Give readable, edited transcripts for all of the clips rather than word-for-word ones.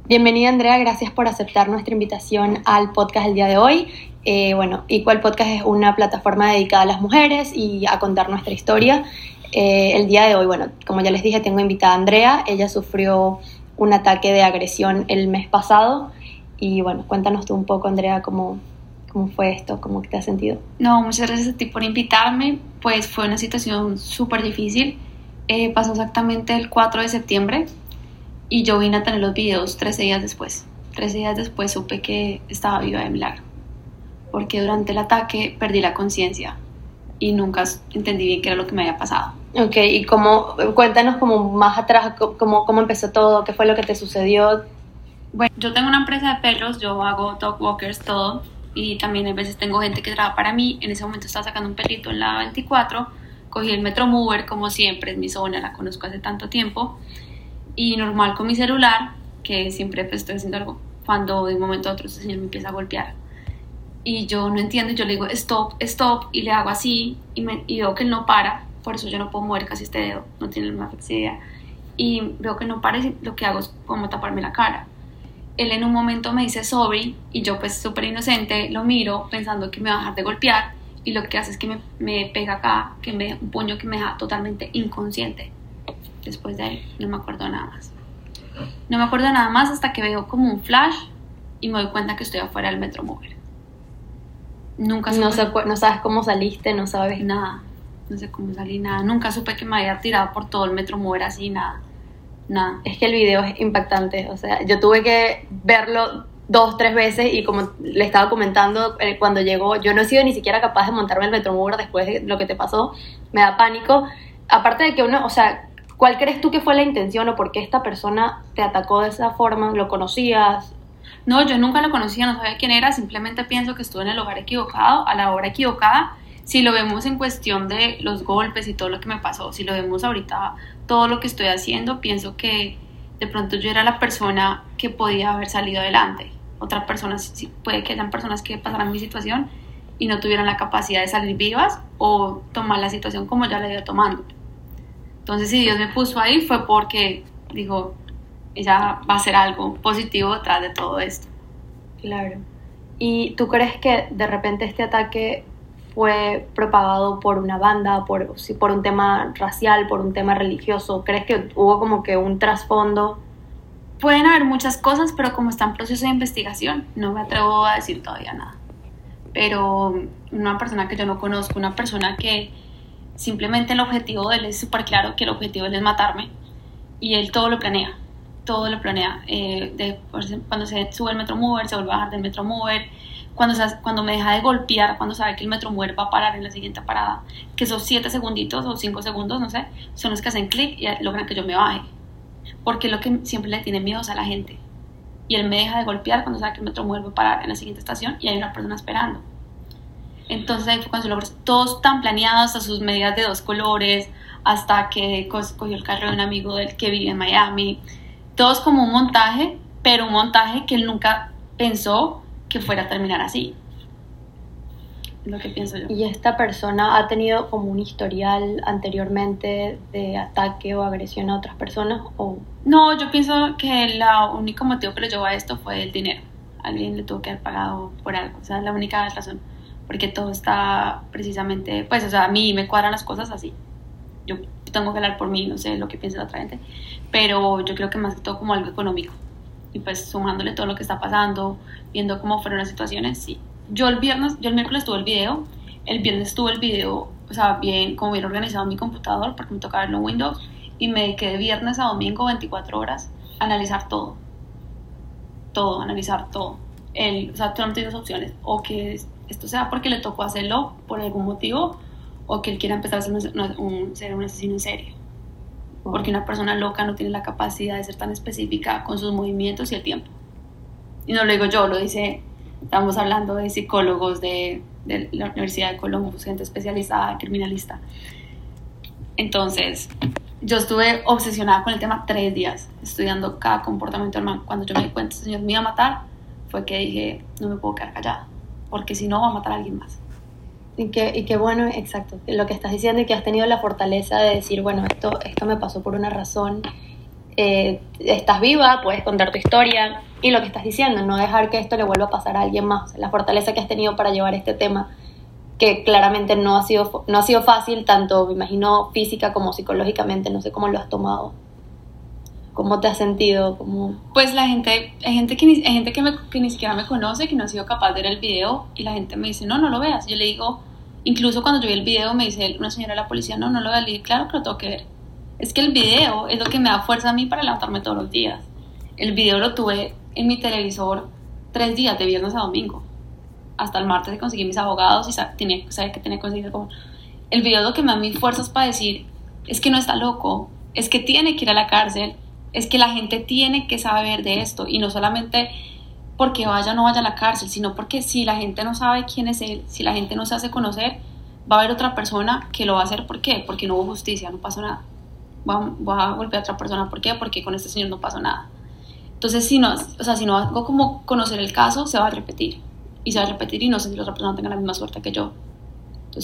Bienvenida Andrea, gracias por aceptar nuestra invitación al podcast del día de hoy. Equal Podcast es una plataforma dedicada a las mujeres y a contar nuestra historia. El día de hoy, como ya les dije, tengo invitada a Andrea. Ella sufrió un ataque de agresión el mes pasado. Y cuéntanos tú un poco, Andrea, cómo fue esto, cómo te has sentido. No, muchas gracias a ti por invitarme. Pues fue una situación súper difícil. Pasó exactamente el 4 de septiembre y yo vine a tener los videos 13 días después. 13 días después supe que estaba viva de milagro, porque durante el ataque perdí la conciencia y nunca entendí bien qué era lo que me había pasado. Ok, y cuéntanos como más atrás, cómo empezó todo, qué fue lo que te sucedió. Bueno, yo tengo una empresa de perros, yo hago dog walkers, todo, y también a veces tengo gente que trabaja para mí. En ese momento estaba sacando un perrito en la 24, cogí el Metromover, como siempre, es mi zona, la conozco hace tanto tiempo, y normal con mi celular, que siempre estoy haciendo algo, cuando de un momento a otro este señor me empieza a golpear. Y yo no entiendo, yo le digo stop, y le hago así, y veo que él no para, por eso yo no puedo mover casi este dedo, no tiene la más flexibilidad, y veo que no para, y lo que hago es como taparme la cara. Él en un momento me dice sorry, y yo pues súper inocente lo miro pensando que me va a dejar de golpear, y lo que hace es que me pega acá, que me un puño que me deja totalmente inconsciente. Después de ahí no me acuerdo nada más. No me acuerdo nada más hasta que veo como un flash y me doy cuenta que estoy afuera del Metromover. Nunca supe. No sabes cómo saliste, no sabes nada. No sé cómo salí, nada. Nunca supe que me había tirado por todo el Metromover así, nada. Es que el video es impactante. O sea, yo tuve que verlo 2-3 veces y como le estaba comentando cuando llegó, yo no he sido ni siquiera capaz de montarme el Metromover después de lo que te pasó. Me da pánico. Aparte de que ¿cuál crees tú que fue la intención o por qué esta persona te atacó de esa forma? ¿Lo conocías? No, yo nunca lo conocía, no sabía quién era, simplemente pienso que estuve en el lugar equivocado, a la hora equivocada. Si lo vemos en cuestión de los golpes y todo lo que me pasó, si lo vemos ahorita, todo lo que estoy haciendo, pienso que de pronto yo era la persona que podía haber salido adelante. Otra persona, puede que hayan personas que pasaran mi situación y no tuvieran la capacidad de salir vivas o tomar la situación como ya la iba tomando. Entonces, si Dios me puso ahí fue porque dijo, ella va a hacer algo positivo detrás de todo esto. Claro. ¿Y tú crees que de repente este ataque fue propagado por una banda, por un tema racial, por un tema religioso? ¿Crees que hubo como que un trasfondo? Pueden haber muchas cosas, pero como está en proceso de investigación, no me atrevo a decir todavía nada. Pero una persona que yo no conozco, una persona que simplemente el objetivo de él es súper claro, que el objetivo de él es matarme, y él todo lo planea. Cuando se sube el Metromover, se vuelve a bajar del Metromover, cuando me deja de golpear, cuando sabe que el Metromover va a parar en la siguiente parada, que esos 7 segunditos o 5 segundos, no sé, son los que hacen clic y logran que yo me baje, porque lo que siempre le tiene miedo es a la gente, y él me deja de golpear cuando sabe que el Metromover va a parar en la siguiente estación y hay una persona esperando. Entonces ahí fue cuando se logró, todos tan planeados, hasta sus medidas de 2 colores, hasta que cogió el carro de un amigo del que vive en Miami, todos como un montaje, pero un montaje que él nunca pensó que fuera a terminar así. Es lo que pienso yo. ¿Y esta persona ha tenido como un historial anteriormente de ataque o agresión a otras personas? ¿O? No, yo pienso que el único motivo que lo llevó a esto fue el dinero. Alguien le tuvo que haber pagado por algo, o sea, es la única razón. Porque todo está precisamente, a mí me cuadran las cosas así. Yo tengo que hablar por mí, no sé lo que piensa la otra gente, pero yo creo que más que todo como algo económico. Y pues sumándole todo lo que está pasando, viendo cómo fueron las situaciones, sí. Yo el miércoles tuve el viernes tuve el video, bien, como bien organizado en mi computador, porque me tocaba verlo en Windows, y me dediqué de viernes a domingo 24 horas a analizar todo. Analizar todo. Tú no tienes opciones, o que esto sea porque le tocó hacerlo por algún motivo, o que él quiera empezar a ser un asesino en serie. Porque una persona loca no tiene la capacidad de ser tan específica con sus movimientos y el tiempo. Y no lo digo yo, estamos hablando de psicólogos de la Universidad de Colombia, gente especializada, criminalista. Entonces, yo estuve obsesionada con el tema 3 días, estudiando cada comportamiento humano. Cuando yo me di cuenta que el señor me iba a matar, fue que dije, no me puedo quedar callada, porque si no va a matar a alguien más. Y que bueno, exacto, lo que estás diciendo, y que has tenido la fortaleza de decir, bueno, esto me pasó por una razón, estás viva, puedes contar tu historia y lo que estás diciendo, no dejar que esto le vuelva a pasar a alguien más. La fortaleza que has tenido para llevar este tema, que claramente no ha sido fácil, tanto me imagino física como psicológicamente, no sé cómo lo has tomado. ¿Cómo te has sentido? Pues hay gente que ni siquiera me conoce, que no ha sido capaz de ver el video, y la gente me dice, no lo veas. Yo le digo, incluso cuando yo vi el video me dice una señora de la policía, no lo veas. Le dije, claro que lo tengo que ver. Es que el video es lo que me da fuerza a mí para levantarme todos los días. El video lo tuve en mi televisor 3 días, de viernes a domingo. Hasta el martes conseguí mis abogados y sabía que tenía que conseguir como... El video es lo que me da mis fuerzas para decir, es que no está loco, es que tiene que ir a la cárcel, es que la gente tiene que saber de esto, y no solamente porque vaya o no vaya a la cárcel, sino porque si la gente no sabe quién es él, si la gente no se hace conocer, va a haber otra persona que lo va a hacer. ¿Por qué? Porque no hubo justicia, no pasó nada. Va a golpear a otra persona. ¿Por qué? Porque con este señor no pasó nada. Entonces, si no hago como conocer el caso, se va a repetir. Y se va a repetir, y no sé si la otra persona tenga la misma suerte que yo. Entonces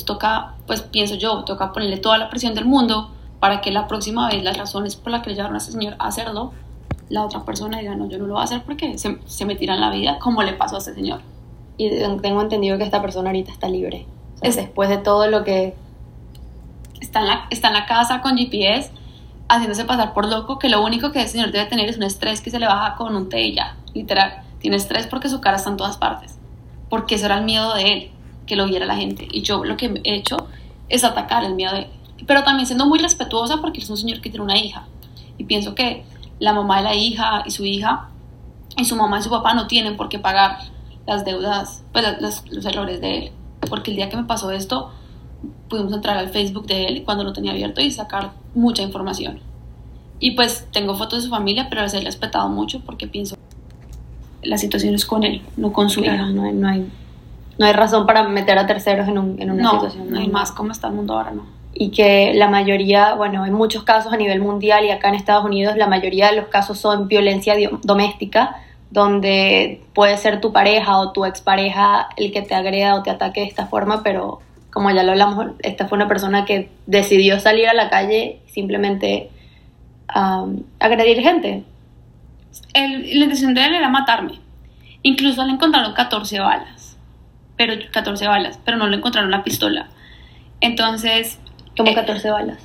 toca ponerle toda la presión del mundo para que la próxima vez las razones por las que le llevaron a ese señor a hacerlo, la otra persona diga, no, yo no lo voy a hacer porque se me tira en la vida, como le pasó a este señor. Y tengo entendido que esta persona ahorita está libre. O sea, después de todo lo que... Está en la casa con GPS, haciéndose pasar por loco, que lo único que ese señor debe tener es un estrés que se le baja con un té y ya, literal. Tiene estrés porque su cara está en todas partes, porque eso era el miedo de él, que lo viera la gente. Y yo lo que he hecho es atacar el miedo de él, pero también siendo muy respetuosa, porque es un señor que tiene una hija, y pienso que la mamá de la hija y su hija y su mamá y su papá no tienen por qué pagar las deudas, pues los errores de él, porque el día que me pasó esto pudimos entrar al Facebook de él cuando lo tenía abierto y sacar mucha información. Y pues tengo fotos de su familia, pero les he respetado mucho porque pienso la situación es con él, no con su hija. No hay razón para meter a terceros en una situación. No hay más como está el mundo ahora, no. Y que la mayoría, bueno, en muchos casos a nivel mundial y acá en Estados Unidos, la mayoría de los casos son violencia doméstica, donde puede ser tu pareja o tu expareja el que te agreda o te ataque de esta forma, pero como ya lo hablamos, esta fue una persona que decidió salir a la calle y simplemente agredir gente. La intención de él era matarme. Incluso le encontraron 14 balas, pero no le encontraron la pistola. Entonces... ¿Cómo 14 balas?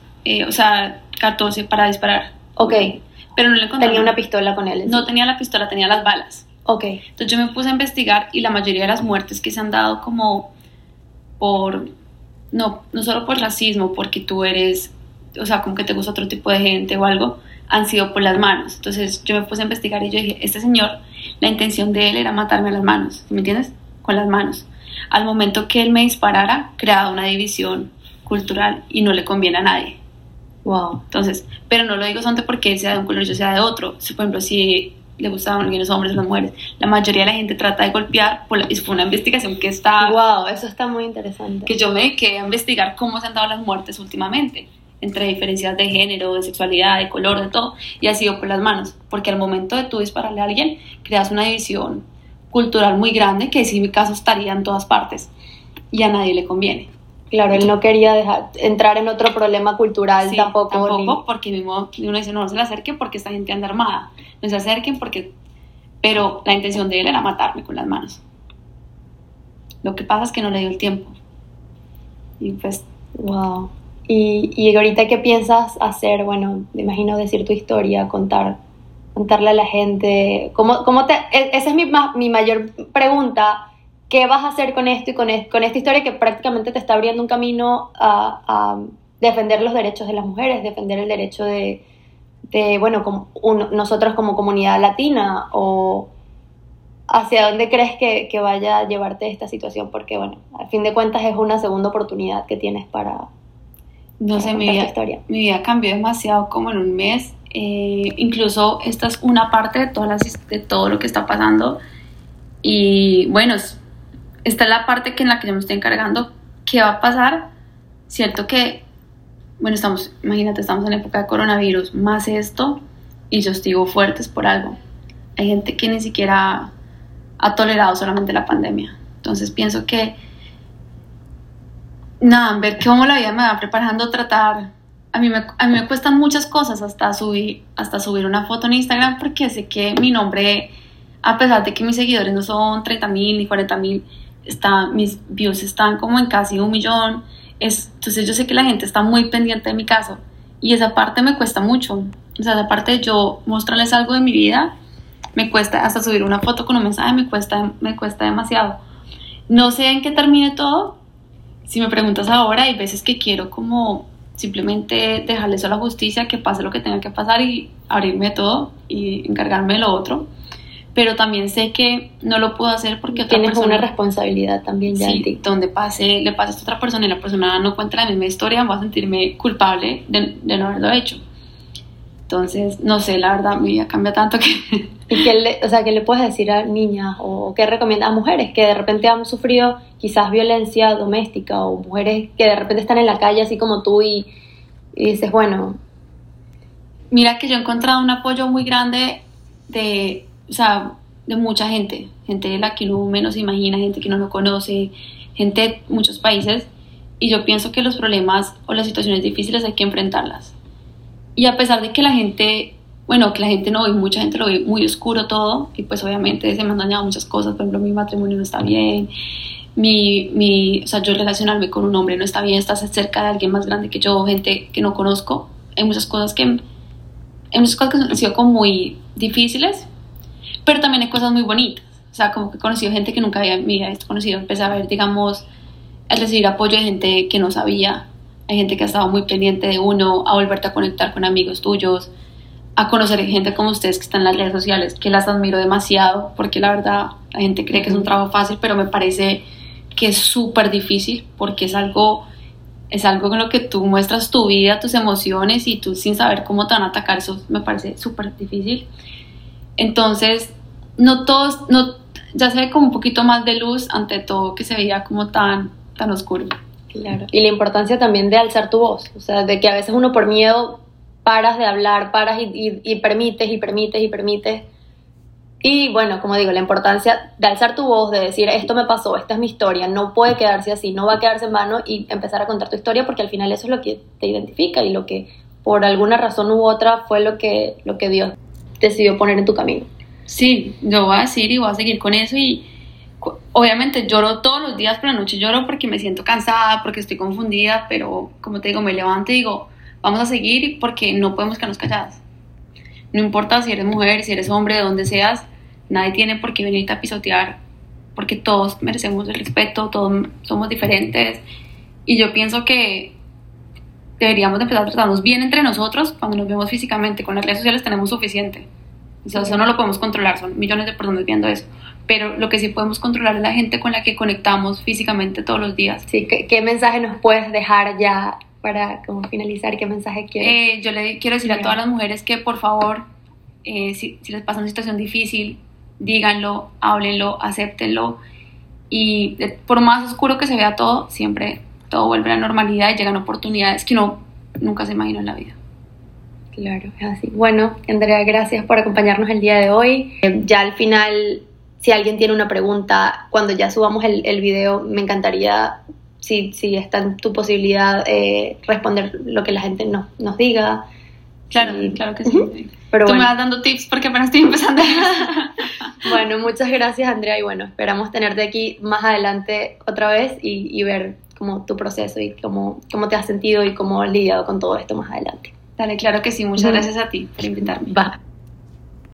14 para disparar. Ok. Pero no le encontraron. ¿Tenía una pistola con él? No tenía la pistola, tenía las balas. Ok. Entonces yo me puse a investigar, y la mayoría de las muertes que se han dado como por... No solo por racismo, porque tú eres... O sea, como que te gusta otro tipo de gente o algo, han sido por las manos. Entonces yo me puse a investigar y yo dije, este señor, la intención de él era matarme a las manos, ¿me entiendes? Con las manos. Al momento que él me disparara, creaba una división cultural y no le conviene a nadie. Wow. Entonces, pero no lo digo solamente porque él sea de un color y yo sea de otro. Si, por ejemplo, si le gustaban los hombres o las mujeres, la mayoría de la gente trata de golpear. Fue una investigación que está... Wow, eso está muy interesante. Que yo me dediqué a investigar cómo se han dado las muertes últimamente, entre diferencias de género, de sexualidad, de color, de todo, y ha sido por las manos, porque al momento de tú dispararle a alguien, creas una división cultural muy grande, que si en mi caso estaría en todas partes, y a nadie le conviene. Claro, él no quería entrar en otro problema cultural. Sí, tampoco, porque mismo uno dice, no se le acerquen porque esta gente anda armada, no se acerquen porque... Pero la intención de él era matarme con las manos. Lo que pasa es que no le dio el tiempo. Y pues... Wow. Y ahorita, ¿qué piensas hacer? Bueno, me imagino decir tu historia, contarle a la gente. Esa es mi mayor pregunta. ¿Qué vas a hacer con esto y con esta historia que prácticamente te está abriendo un camino a defender los derechos de las mujeres, defender el derecho de nosotros como comunidad latina? ¿O hacia dónde crees que vaya a llevarte esta situación? Porque, bueno, al fin de cuentas es una segunda oportunidad que tienes para... No sé, mi vida cambió demasiado como en un mes. Incluso esta es una parte de todo lo que está pasando. Y bueno, esta es la parte en la que yo me estoy encargando. ¿Qué va a pasar? Cierto que, bueno, imagínate, estamos en época de coronavirus, más esto, y yo digo fuertes por algo. Hay gente que ni siquiera ha tolerado solamente la pandemia. Entonces pienso que ver cómo la vida me va preparando, tratar a mí me cuestan muchas cosas hasta subir una foto en Instagram, porque sé que mi nombre, a pesar de que mis seguidores no son 30,000 ni 40,000, mis views están como en casi 1,000,000. Entonces yo sé que la gente está muy pendiente de mi caso y esa parte me cuesta mucho. O sea, esa parte de yo mostrarles algo de mi vida, me cuesta, hasta subir una foto con un mensaje me cuesta demasiado. No sé en qué termine todo. Si me preguntas ahora, hay veces que quiero como simplemente dejarle eso a la justicia, que pase lo que tenga que pasar y abrirme de todo y encargarme de lo otro. Pero también sé que no lo puedo hacer porque otra tienes persona... una responsabilidad también ya en ti. Donde le pase a otra persona y la persona no cuenta la misma historia, voy a sentirme culpable de no haberlo hecho. Entonces, no sé, la verdad, mi vida cambia tanto que... ¿Y qué le puedes decir a niñas o qué recomiendas a mujeres que de repente han sufrido quizás violencia doméstica, o mujeres que de repente están en la calle así como tú y dices, bueno... Mira que yo he encontrado un apoyo muy grande de mucha gente de la que uno menos se imagina, gente que uno no conoce, gente de muchos países, y yo pienso que los problemas o las situaciones difíciles hay que enfrentarlas. Y a pesar de que la gente no, y mucha gente lo ve muy oscuro todo, y pues obviamente se me han dañado muchas cosas. Por ejemplo, mi matrimonio no está bien, yo relacionarme con un hombre no está bien, estar cerca de alguien más grande que yo, gente que no conozco. Hay muchas cosas que han sido como muy difíciles, pero también hay cosas muy bonitas. O sea, como que he conocido gente que nunca había en mi vida conocido. Empecé a ver, digamos, al recibir apoyo de gente que no sabía. Hay gente que ha estado muy pendiente de uno, a volverte a conectar con amigos tuyos, a conocer gente como ustedes que están en las redes sociales, que las admiro demasiado, porque la verdad la gente cree que es un trabajo fácil, pero me parece que es súper difícil, porque es algo con lo que tú muestras tu vida, tus emociones, y tú sin saber cómo te van a atacar, eso me parece súper difícil. Entonces, ya se ve como un poquito más de luz ante todo que se veía como tan oscuro. Claro. Y la importancia también de alzar tu voz, o sea, de que a veces uno por miedo paras de hablar, y permites. Y bueno, como digo, la importancia de alzar tu voz, de decir, esto me pasó, esta es mi historia, no puede quedarse así, no va a quedarse en vano, y empezar a contar tu historia, porque al final eso es lo que te identifica y lo que por alguna razón u otra fue lo que Dios decidió poner en tu camino. Sí, yo voy a decir y voy a seguir con eso, y obviamente lloro todos los días, por la noche lloro porque me siento cansada, porque estoy confundida, pero como te digo, me levanto y digo, vamos a seguir, porque no podemos quedarnos calladas. No importa si eres mujer, si eres hombre, de donde seas, nadie tiene por qué venirte a pisotear, porque todos merecemos el respeto, todos somos diferentes, y yo pienso que deberíamos de empezar a tratarnos bien entre nosotros. Cuando nos vemos físicamente, con las redes sociales tenemos suficiente. O sea, eso no lo podemos controlar, son millones de personas viendo eso, pero lo que sí podemos controlar es la gente con la que conectamos físicamente todos los días. Sí, ¿qué mensaje nos puedes dejar ya para como finalizar? ¿Qué mensaje quieres? Yo le quiero decir a todas las mujeres que por favor, si les pasa una situación difícil, díganlo, háblenlo, acéptenlo, y por más oscuro que se vea todo, siempre todo vuelve a la normalidad y llegan oportunidades que uno nunca se imaginó en la vida. Claro, es así. Bueno, Andrea, gracias por acompañarnos el día de hoy. Ya al final, si alguien tiene una pregunta, cuando ya subamos el video, me encantaría, si está en tu posibilidad, responder lo que la gente nos diga. Claro que sí. Pero tú bueno, me vas dando tips porque apenas estoy empezando. Bueno, muchas gracias, Andrea, y bueno, esperamos tenerte aquí más adelante otra vez y ver como tu proceso y cómo te has sentido y cómo has lidiado con todo esto más adelante. Dale, claro que sí. Muchas gracias a ti por invitarme. Va.